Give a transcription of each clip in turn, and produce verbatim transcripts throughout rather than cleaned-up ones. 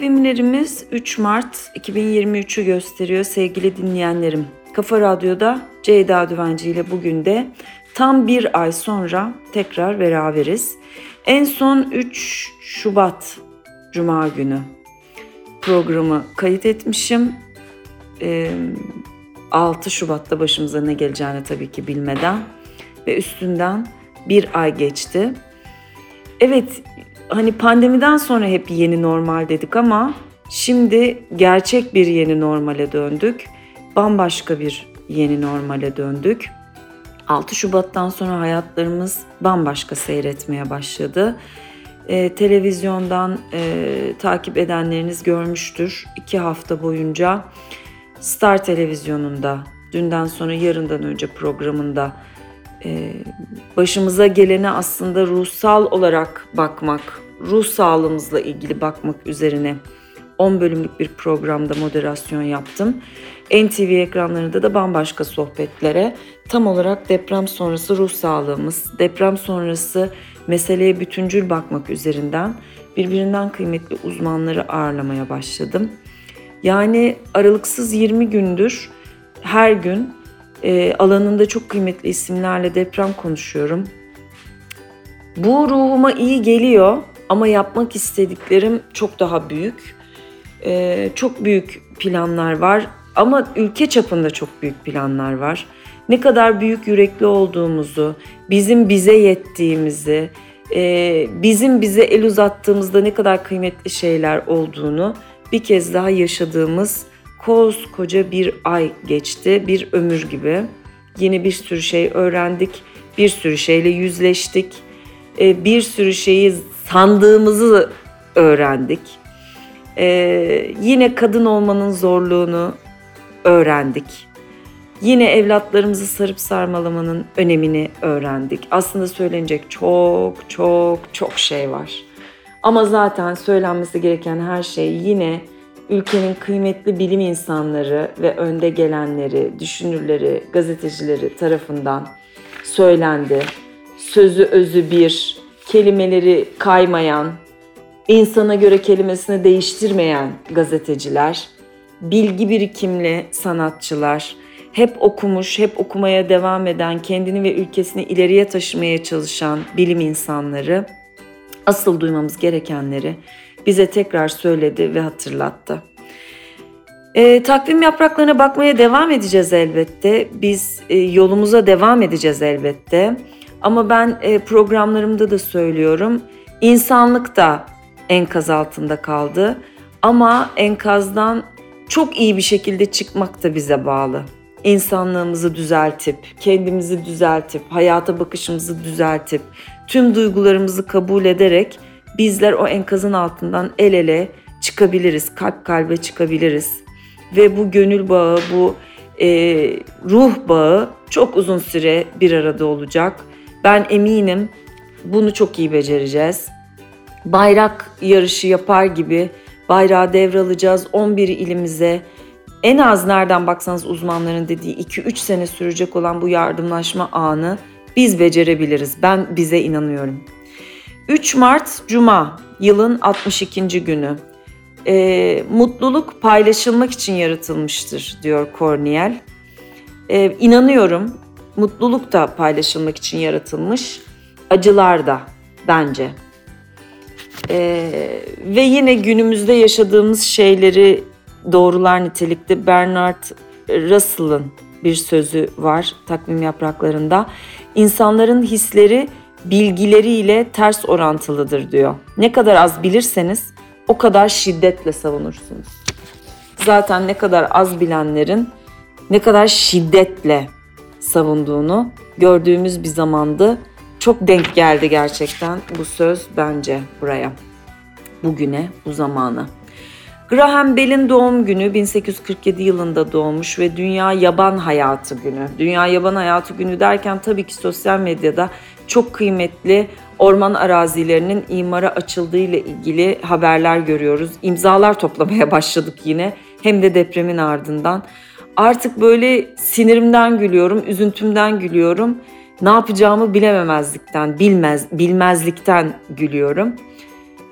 Takvimlerimiz üç Mart iki bin yirmi üçü gösteriyor sevgili dinleyenlerim. Kafa Radyo'da Ceyda Düvenci ile bugün de tam bir ay sonra tekrar beraberiz. En son üç Şubat Cuma günü programı kayıt etmişim. Ee, altı Şubat'ta başımıza ne geleceğini tabii ki bilmeden ve üstünden bir ay geçti. Evet, hani pandemiden sonra hep yeni normal dedik ama şimdi gerçek bir yeni normale döndük. Bambaşka bir yeni normale döndük. altı Şubat'tan sonra hayatlarımız bambaşka seyretmeye başladı. Ee, televizyondan e, takip edenleriniz görmüştür. İki hafta boyunca Star Televizyonu'nda, dünden sonra yarından önce programında e, başımıza gelene aslında ruhsal olarak bakmak, ruh sağlığımızla ilgili bakmak üzerine on bölümlük bir programda moderasyon yaptım. N T V ekranlarında da bambaşka sohbetlere tam olarak deprem sonrası ruh sağlığımız, deprem sonrası meseleye bütüncül bakmak üzerinden birbirinden kıymetli uzmanları ağırlamaya başladım. Yani aralıksız yirmi gündür her gün e, alanında çok kıymetli isimlerle deprem konuşuyorum. Bu ruhuma iyi geliyor ama yapmak istediklerim çok daha büyük. E, çok büyük planlar var ama ülke çapında çok büyük planlar var. Ne kadar büyük yürekli olduğumuzu, bizim bize yettiğimizi, e, bizim bize el uzattığımızda ne kadar kıymetli şeyler olduğunu bir kez daha yaşadığımız koskoca bir ay geçti, bir ömür gibi. Yeni bir sürü şey öğrendik, bir sürü şeyle yüzleştik, bir sürü şeyi sandığımızı öğrendik. Ee, yine kadın olmanın zorluğunu öğrendik. Yine evlatlarımızı sarıp sarmalamanın önemini öğrendik. Aslında söylenecek çok çok çok şey var. Ama zaten söylenmesi gereken her şey yine ülkenin kıymetli bilim insanları ve önde gelenleri, düşünürleri, gazetecileri tarafından söylendi. Sözü özü bir, kelimeleri kaymayan, insana göre kelimesini değiştirmeyen gazeteciler, bilgi birikimli sanatçılar, hep okumuş, hep okumaya devam eden, kendini ve ülkesini ileriye taşımaya çalışan bilim insanları, asıl duymamız gerekenleri bize tekrar söyledi ve hatırlattı. E, takvim yapraklarına bakmaya devam edeceğiz elbette. Biz e, yolumuza devam edeceğiz elbette. Ama ben e, programlarımda da söylüyorum. İnsanlık da enkaz altında kaldı. Ama enkazdan çok iyi bir şekilde çıkmak da bize bağlı. İnsanlığımızı düzeltip, kendimizi düzeltip, hayata bakışımızı düzeltip, tüm duygularımızı kabul ederek bizler o enkazın altından el ele çıkabiliriz, kalp kalbe çıkabiliriz. Ve bu gönül bağı, bu e, ruh bağı çok uzun süre bir arada olacak. Ben eminim bunu çok iyi becereceğiz. Bayrak yarışı yapar gibi bayrağı devralacağız. on bir ilimize en az nereden baksanız uzmanların dediği iki üç sene sürecek olan bu yardımlaşma anı biz becerebiliriz. Ben bize inanıyorum. üç Mart Cuma, yılın altmış ikinci günü. Ee, mutluluk paylaşılmak için yaratılmıştır diyor Corneille. Ee, inanıyorum, mutluluk da paylaşılmak için yaratılmış, acılar da bence. Ee, ve yine günümüzde yaşadığımız şeyleri doğrular nitelikte. Bernard Russell'ın bir sözü var takvim yapraklarında. İnsanların hisleri bilgileriyle ters orantılıdır diyor. Ne kadar az bilirseniz o kadar şiddetle savunursunuz. Zaten ne kadar az bilenlerin ne kadar şiddetle savunduğunu gördüğümüz bir zamandı. Çok denk geldi gerçekten bu söz bence buraya, bugüne, bu zamana. Graham Bell'in doğum günü bin sekiz yüz kırk yedi yılında doğmuş ve Dünya Yaban Hayatı Günü. Dünya Yaban Hayatı Günü derken tabii ki sosyal medyada çok kıymetli orman arazilerinin imara açıldığı ile ilgili haberler görüyoruz. İmzalar toplamaya başladık yine, hem de depremin ardından. Artık böyle sinirimden gülüyorum, üzüntümden gülüyorum. Ne yapacağımı bilememezlikten, bilmez, bilmezlikten gülüyorum.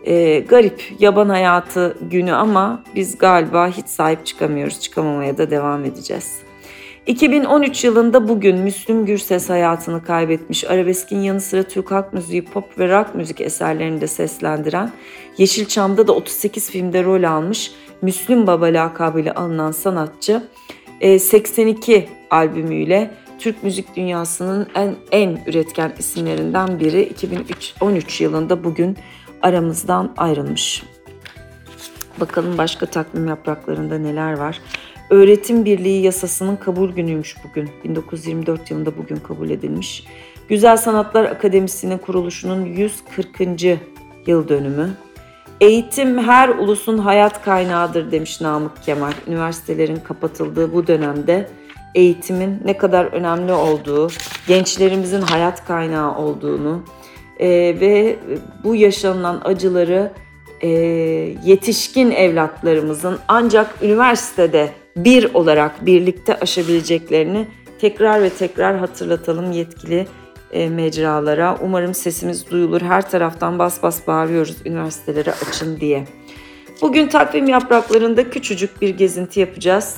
E, garip, yaban hayatı günü ama biz galiba hiç sahip çıkamıyoruz, çıkamamaya da devam edeceğiz. iki bin on üç yılında bugün Müslüm Gürses hayatını kaybetmiş. Arabeskin yanı sıra Türk halk müziği, pop ve rock müzik eserlerini de seslendiren, Yeşilçam'da da otuz sekiz filmde rol almış Müslüm Baba lakabıyla anılan sanatçı, seksen iki albümüyle Türk müzik dünyasının en, en üretken isimlerinden biri. iki bin on üç yılında bugün aramızdan ayrılmış. Bakalım başka takvim yapraklarında neler var. Öğretim Birliği Yasası'nın kabul günüymüş bugün. bin dokuz yüz yirmi dört yılında bugün kabul edilmiş. Güzel Sanatlar Akademisi'nin kuruluşunun yüz kırkıncı yıl dönümü. Eğitim her ulusun hayat kaynağıdır demiş Namık Kemal. Üniversitelerin kapatıldığı bu dönemde eğitimin ne kadar önemli olduğu, gençlerimizin hayat kaynağı olduğunu e, ve bu yaşanılan acıları e, yetişkin evlatlarımızın ancak üniversitede bir olarak birlikte aşabileceklerini tekrar ve tekrar hatırlatalım yetkili e, mecralara. Umarım sesimiz duyulur. Her taraftan bas bas bağırıyoruz üniversitelere açın diye. Bugün takvim yapraklarında küçücük bir gezinti yapacağız.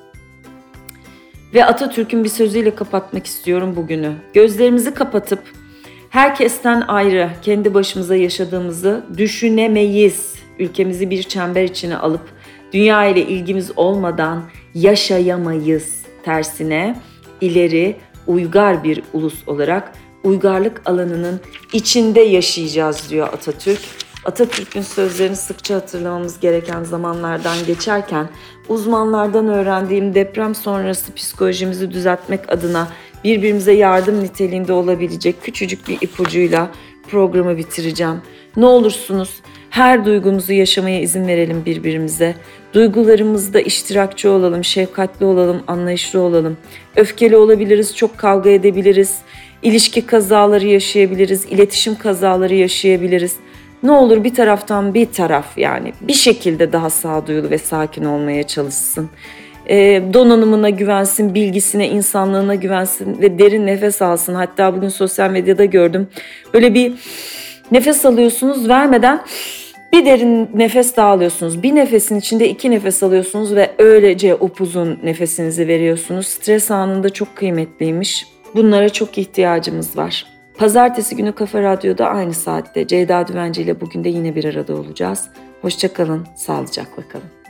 Ve Atatürk'ün bir sözüyle kapatmak istiyorum bugünü. Gözlerimizi kapatıp herkesten ayrı kendi başımıza yaşadığımızı düşünemeyiz. Ülkemizi bir çember içine alıp dünya ile ilgimiz olmadan yaşayamayız. Tersine ileri, uygar bir ulus olarak uygarlık alanının içinde yaşayacağız diyor Atatürk. Atatürk'ün sözlerini sıkça hatırlamamız gereken zamanlardan geçerken uzmanlardan öğrendiğim deprem sonrası psikolojimizi düzeltmek adına birbirimize yardım niteliğinde olabilecek küçücük bir ipucuyla programı bitireceğim. Ne olursunuz her duygumuzu yaşamaya izin verelim birbirimize. Duygularımızda iştirakçı olalım, şefkatli olalım, anlayışlı olalım. Öfkeli olabiliriz, çok kavga edebiliriz, ilişki kazaları yaşayabiliriz, iletişim kazaları yaşayabiliriz. Ne olur bir taraftan bir taraf yani bir şekilde daha sağduyulu ve sakin olmaya çalışsın. E, donanımına güvensin, bilgisine, insanlığına güvensin ve derin nefes alsın. Hatta bugün sosyal medyada gördüm. Böyle bir nefes alıyorsunuz, vermeden bir derin nefes daha alıyorsunuz. Bir nefesin içinde iki nefes alıyorsunuz ve öylece upuzun nefesinizi veriyorsunuz. Stres anında çok kıymetliymiş. Bunlara çok ihtiyacımız var. Pazartesi günü Kafa Radyo'da aynı saatte Ceyda Düvenci ile bugün de yine bir arada olacağız. Hoşça kalın, sağlıcakla kalın.